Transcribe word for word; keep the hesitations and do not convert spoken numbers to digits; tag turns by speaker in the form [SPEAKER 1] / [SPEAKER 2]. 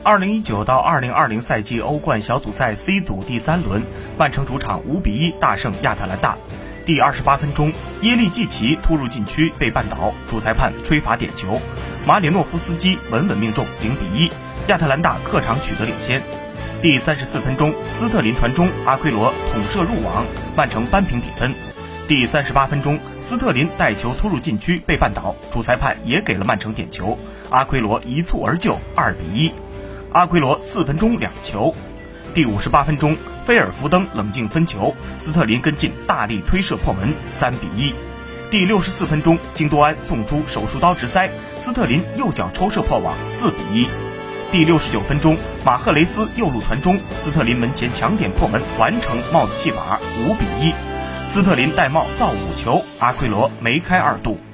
[SPEAKER 1] 二零一九到二零二零赛季欧冠小组赛 C 组第三轮，曼城主场五比一大胜亚特兰大。第二十八分钟，耶利季奇突入禁区被绊倒，主裁判吹罚点球，马里诺夫斯基稳稳命中零比一，亚特兰大客场取得领先。第三十四分钟，斯特林传中，阿奎罗捅射入网，曼城扳平比分。第三十八分钟，斯特林带球突入禁区被绊倒，主裁判也给了曼城点球，阿奎罗一蹴而就，二比一。阿奎罗四分钟两球。第五十八分钟，菲尔福登冷静分球，斯特林跟进大力推射破门，三比一。第六十四分钟，京多安送出手术刀直塞，斯特林右脚抽射破网，四比一。第六十九分钟，马赫雷斯右路传中，斯特林门前抢点破门，完成帽子戏法，五比一。斯特林戴帽造五球，阿奎罗梅开二度。